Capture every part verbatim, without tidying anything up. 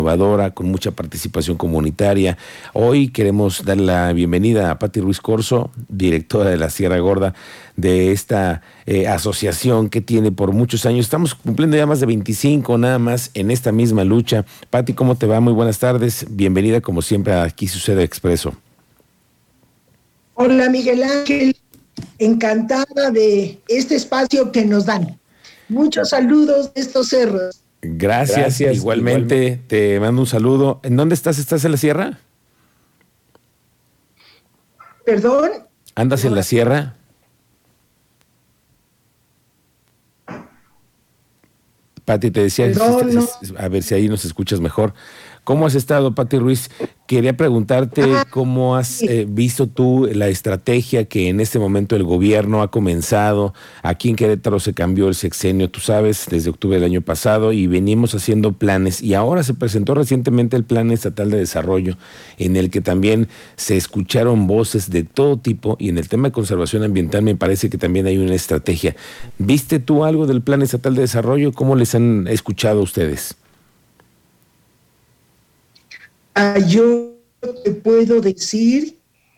innovadora, con mucha participación comunitaria. Hoy queremos dar la bienvenida a Pati Ruiz Corzo, directora de la Sierra Gorda, de esta eh, asociación que tiene por muchos años. Estamos cumpliendo ya más de veinticinco nada más en esta misma lucha. Pati, ¿cómo te va? Muy buenas tardes. Bienvenida como siempre a Aquí Sucede Expreso. Hola Miguel Ángel, encantada de este espacio que nos dan. Muchos saludos de estos cerros. Gracias, Gracias igualmente, igualmente te mando un saludo. ¿En dónde estás? ¿Estás en la sierra? ¿Perdón? ¿Andas en la sierra? Pati, te decía, Perdón, no. a ver si ahí nos escuchas mejor. ¿Cómo has estado, Pati Ruiz? Quería preguntarte ah, cómo has sí. eh, visto tú la estrategia que en este momento el gobierno ha comenzado. Aquí en Querétaro se cambió el sexenio, tú sabes, desde octubre del año pasado, y venimos haciendo planes, y ahora se presentó recientemente el Plan Estatal de Desarrollo, en el que también se escucharon voces de todo tipo, y en el tema de conservación ambiental me parece que también hay una estrategia. ¿Viste tú algo del Plan Estatal de Desarrollo? ¿Cómo les han escuchado a ustedes? Ah, yo te puedo decir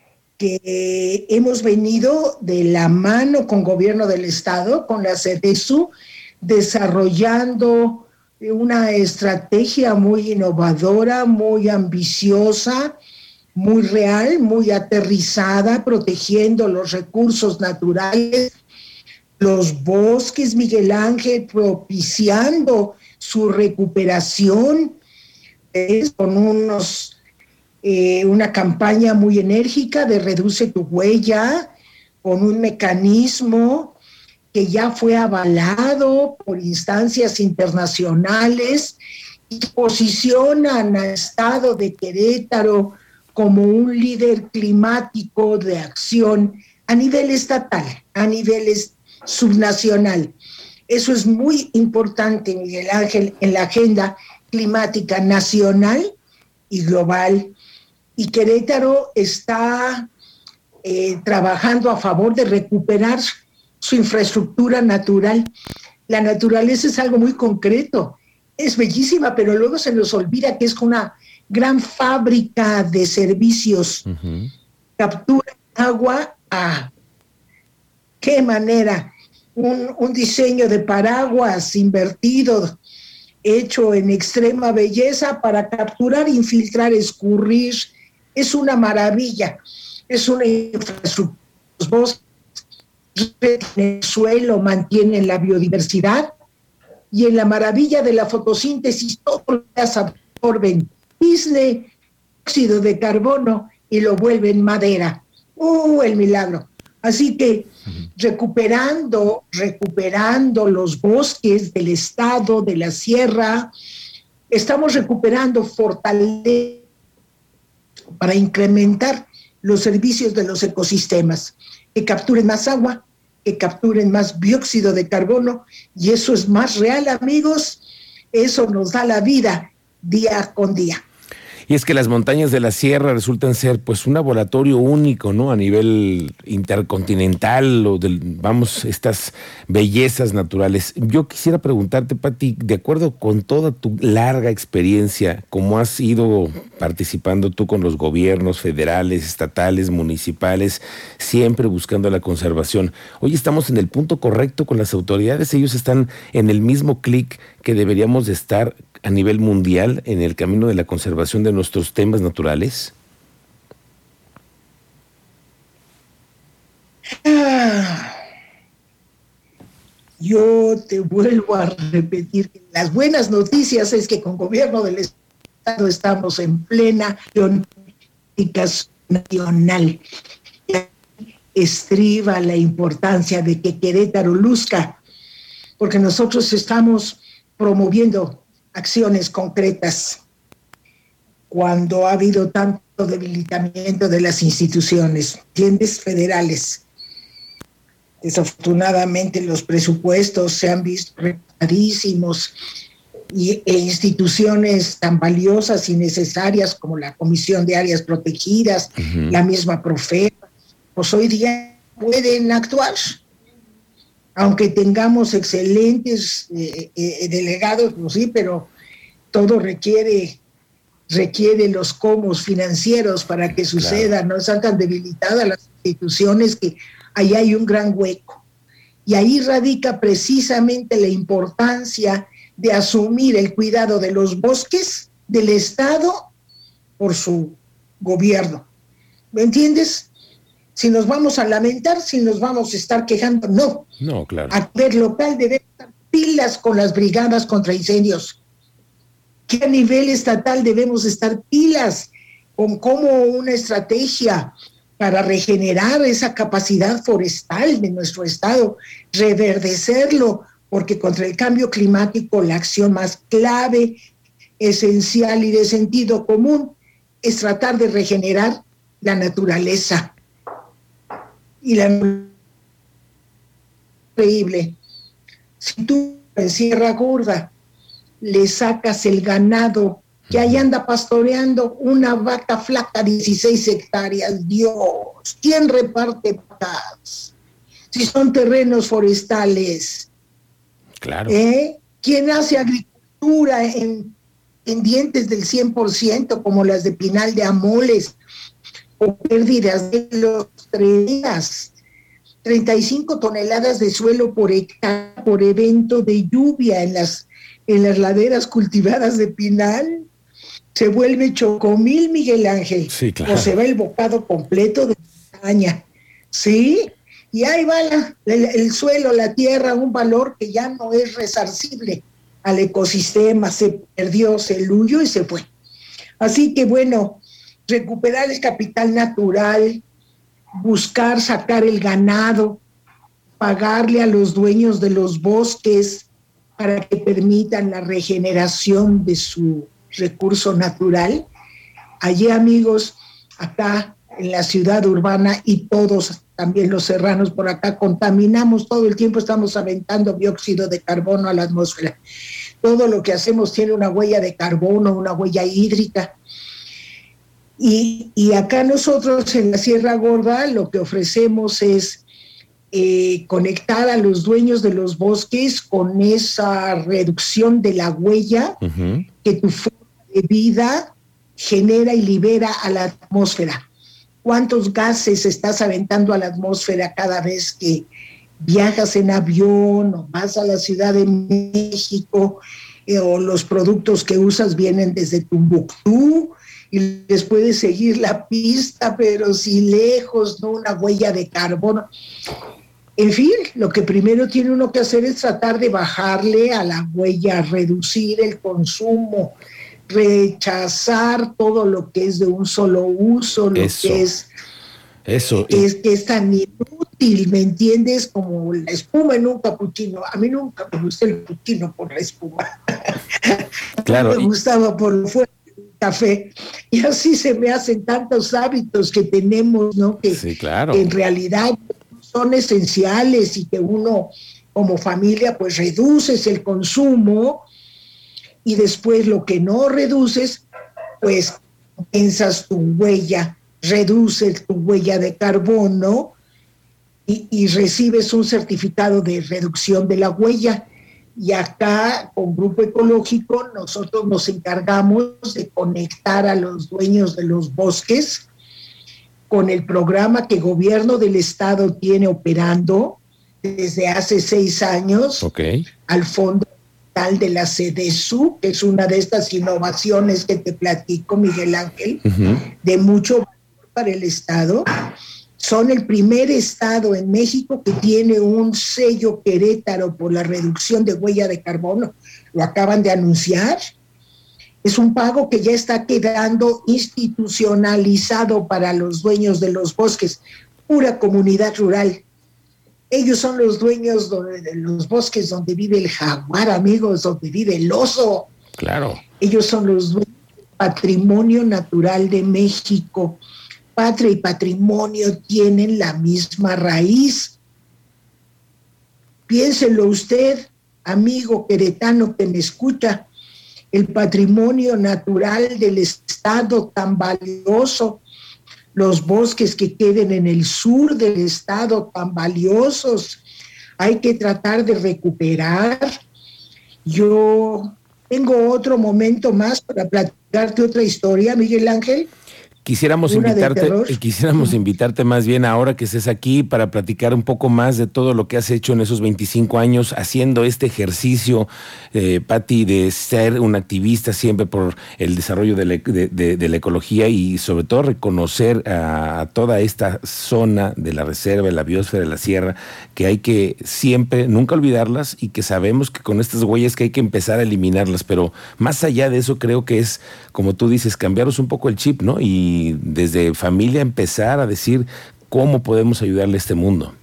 que hemos venido de la mano con gobierno del estado, con la CEDESU, desarrollando una estrategia muy innovadora, muy ambiciosa, muy real, muy aterrizada, protegiendo los recursos naturales, los bosques, Miguel Ángel, propiciando su recuperación, con unos, eh, una campaña muy enérgica de reduce tu huella, con un mecanismo que ya fue avalado por instancias internacionales y posicionan al estado de Querétaro como un líder climático de acción a nivel estatal, a nivel subnacional. Eso es muy importante, Miguel Ángel, en la agenda climática nacional y global, y Querétaro está eh, trabajando a favor de recuperar su infraestructura natural. La naturaleza es algo muy concreto, es bellísima, pero luego se nos olvida que es una gran fábrica de servicios. Uh-huh. Captura agua a qué manera, un, un diseño de paraguas invertido, hecho en extrema belleza para capturar, infiltrar, escurrir. Es una maravilla. Es una infraestructura. Los bosques en el suelo mantienen la biodiversidad, y en la maravilla de la fotosíntesis todo lo que absorben dióxido de carbono y lo vuelven madera. ¡Uh, el milagro! Así que recuperando, recuperando los bosques del estado, de la sierra, estamos recuperando fortaleza para incrementar los servicios de los ecosistemas, que capturen más agua, que capturen más dióxido de carbono, y eso es más real, amigos, eso nos da la vida día con día. Y es que las montañas de la sierra resultan ser pues un laboratorio único, ¿no? A nivel intercontinental, o del, vamos, estas bellezas naturales. Yo quisiera preguntarte, Pati, de acuerdo con toda tu larga experiencia, cómo has ido participando tú con los gobiernos federales, estatales, municipales, siempre buscando la conservación. Hoy estamos en el punto correcto con las autoridades, ellos están en el mismo clic que deberíamos de estar a nivel mundial en el camino de la conservación de nuestros temas naturales? Ah, yo te vuelvo a repetir que las buenas noticias es que con gobierno del estado estamos en plena política nacional. Estriba la importancia de que Querétaro luzca, porque nosotros estamos promoviendo acciones concretas cuando ha habido tanto debilitamiento de las instituciones, ¿entiendes? Federales. Desafortunadamente los presupuestos se han visto recortadísimos, y, e instituciones tan valiosas y necesarias como la Comisión de Áreas Protegidas, uh-huh. la misma Profepa, pues hoy día pueden actuar. Aunque tengamos excelentes eh, eh, delegados, pues sí, pero todo requiere requiere los comos financieros para que suceda, claro. No están tan debilitadas las instituciones que ahí hay un gran hueco. Y ahí radica precisamente la importancia de asumir el cuidado de los bosques del Estado por su gobierno. ¿Me entiendes? Si nos vamos a lamentar, si nos vamos a estar quejando, no. No, claro. A nivel local debe estar pilas con las brigadas contra incendios. Que a nivel estatal debemos estar pilas con cómo una estrategia para regenerar esa capacidad forestal de nuestro estado, reverdecerlo, porque contra el cambio climático la acción más clave, esencial y de sentido común es tratar de regenerar la naturaleza. Y la increíble, si tú en Sierra Gorda le sacas el ganado que ahí anda pastoreando una vaca flaca, dieciséis hectáreas, Dios, ¿quién reparte vacas? Si son terrenos forestales. Claro. ¿Eh? ¿Quién hace agricultura en, en dientes del cien por ciento, como las de Pinal de Amoles, o pérdidas de los tres, treinta y cinco toneladas de suelo por hectárea por evento de lluvia en las, en las laderas cultivadas de Pinal? Se vuelve chocomil, Miguel Ángel, sí, claro. O se va el bocado completo de montaña, ¿sí? Y ahí va la, el, el suelo, la tierra, un valor que ya no es resarcible al ecosistema, se perdió, se huyó y se fue. Así que bueno, recuperar el capital natural, buscar sacar el ganado, pagarle a los dueños de los bosques para que permitan la regeneración de su recurso natural. Allí, amigos, acá en la ciudad urbana y todos, también los serranos por acá, contaminamos todo el tiempo, estamos aventando dióxido de carbono a la atmósfera. Todo lo que hacemos tiene una huella de carbono, una huella hídrica. Y, y acá nosotros en la Sierra Gorda lo que ofrecemos es eh, conectar a los dueños de los bosques con esa reducción de la huella uh-huh. que tu de vida genera y libera a la atmósfera. ¿Cuántos gases estás aventando a la atmósfera cada vez que viajas en avión o vas a la Ciudad de México eh, o los productos que usas vienen desde Tumbuctú y les puedes seguir la pista, pero si lejos, no una huella de carbono? En fin, lo que primero tiene uno que hacer es tratar de bajarle a la huella, reducir el consumo, rechazar todo lo que es de un solo uso, lo eso, que es eso que es, que es tan inútil, ¿me entiendes? Como la espuma en un capuchino. A mí nunca me gustó el capuchino por la espuma. Claro. Me gustaba por lo fuerte del café. Y así se me hacen tantos hábitos que tenemos, ¿no? Que, sí, claro. que en realidad son esenciales y que uno como familia pues reduces el consumo. Y después lo que no reduces, pues piensas tu huella, reduces tu huella de carbono y, y recibes un certificado de reducción de la huella. Y acá, con Grupo Ecológico, nosotros nos encargamos de conectar a los dueños de los bosques con el programa que el gobierno del estado tiene operando desde hace seis años, okay. al Fondo de la CEDESU, que es una de estas innovaciones que te platico, Miguel Ángel, uh-huh. de mucho valor para el estado. Son el primer estado en México que tiene un sello Querétaro por la reducción de huella de carbono. Lo acaban de anunciar. Es un pago que ya está quedando institucionalizado para los dueños de los bosques, pura comunidad rural. Ellos son los dueños de los bosques donde vive el jaguar, amigos, donde vive el oso. Claro. Ellos son los dueños del patrimonio natural de México. Patria y patrimonio tienen la misma raíz. Piénselo usted, amigo queretano que me escucha, el patrimonio natural del estado tan valioso, los bosques que queden en el sur del estado tan valiosos, hay que tratar de recuperar. Yo tengo otro momento más para platicar platicarte otra historia, Miguel Ángel. Quisiéramos invitarte, quisiéramos invitarte más bien ahora que estés aquí para platicar un poco más de todo lo que has hecho en esos veinticinco años haciendo este ejercicio, eh, Pati, de ser un activista siempre por el desarrollo de la, de, de, de la ecología y sobre todo reconocer a, a toda esta zona de la reserva, de la biosfera de la sierra, que hay que siempre, nunca olvidarlas y que sabemos que con estas huellas que hay que empezar a eliminarlas, pero más allá de eso creo que es, como tú dices, cambiaros un poco el chip, ¿no? Y Y desde familia empezar a decir cómo podemos ayudarle a este mundo.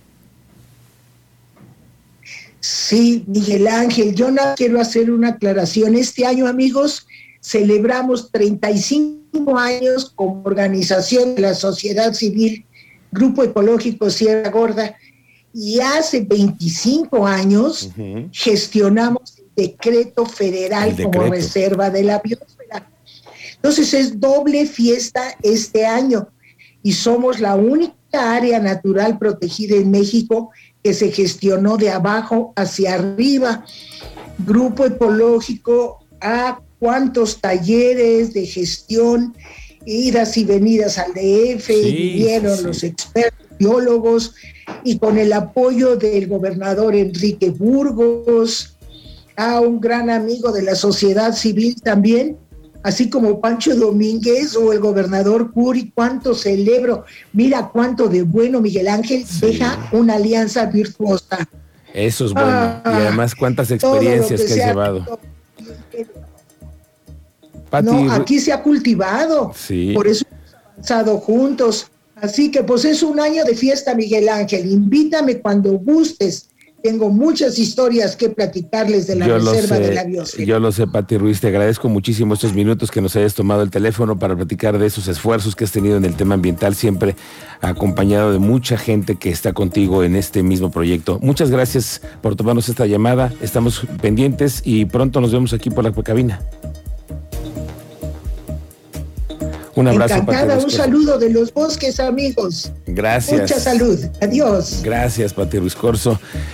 Sí, Miguel Ángel, yo no quiero hacer una aclaración. Este año, amigos, celebramos treinta y cinco años como organización de la sociedad civil, Grupo Ecológico Sierra Gorda, y hace veinticinco años uh-huh. gestionamos el decreto federal el decreto. como reserva de la biosfera. Entonces es doble fiesta este año y somos la única área natural protegida en México que se gestionó de abajo hacia arriba. Grupo Ecológico, a cuántos talleres de gestión, idas y venidas al D F, sí, vinieron sí. los expertos, biólogos, y con el apoyo del gobernador Enrique Burgos, a un gran amigo de la sociedad civil también, así como Pancho Domínguez o el gobernador Curi, cuánto celebro. Mira cuánto de bueno, Miguel Ángel, sí. deja una alianza virtuosa. Eso es bueno. Ah, y además cuántas experiencias que, que has llevado. Pati, no, aquí se ha cultivado. Sí. Por eso hemos avanzado juntos. Así que pues es un año de fiesta, Miguel Ángel. Invítame cuando gustes. Tengo muchas historias que platicarles de la yo reserva sé, de la biosfera. Yo lo sé, Pati Ruiz, te agradezco muchísimo estos minutos que nos hayas tomado el teléfono para platicar de esos esfuerzos que has tenido en el tema ambiental, siempre acompañado de mucha gente que está contigo en este mismo proyecto. Muchas gracias por tomarnos esta llamada, estamos pendientes y pronto nos vemos aquí por la cabina. Un abrazo. Encantada, un saludo de los bosques, amigos. Gracias. Mucha salud. Adiós. Gracias, Pati Ruiz Corzo.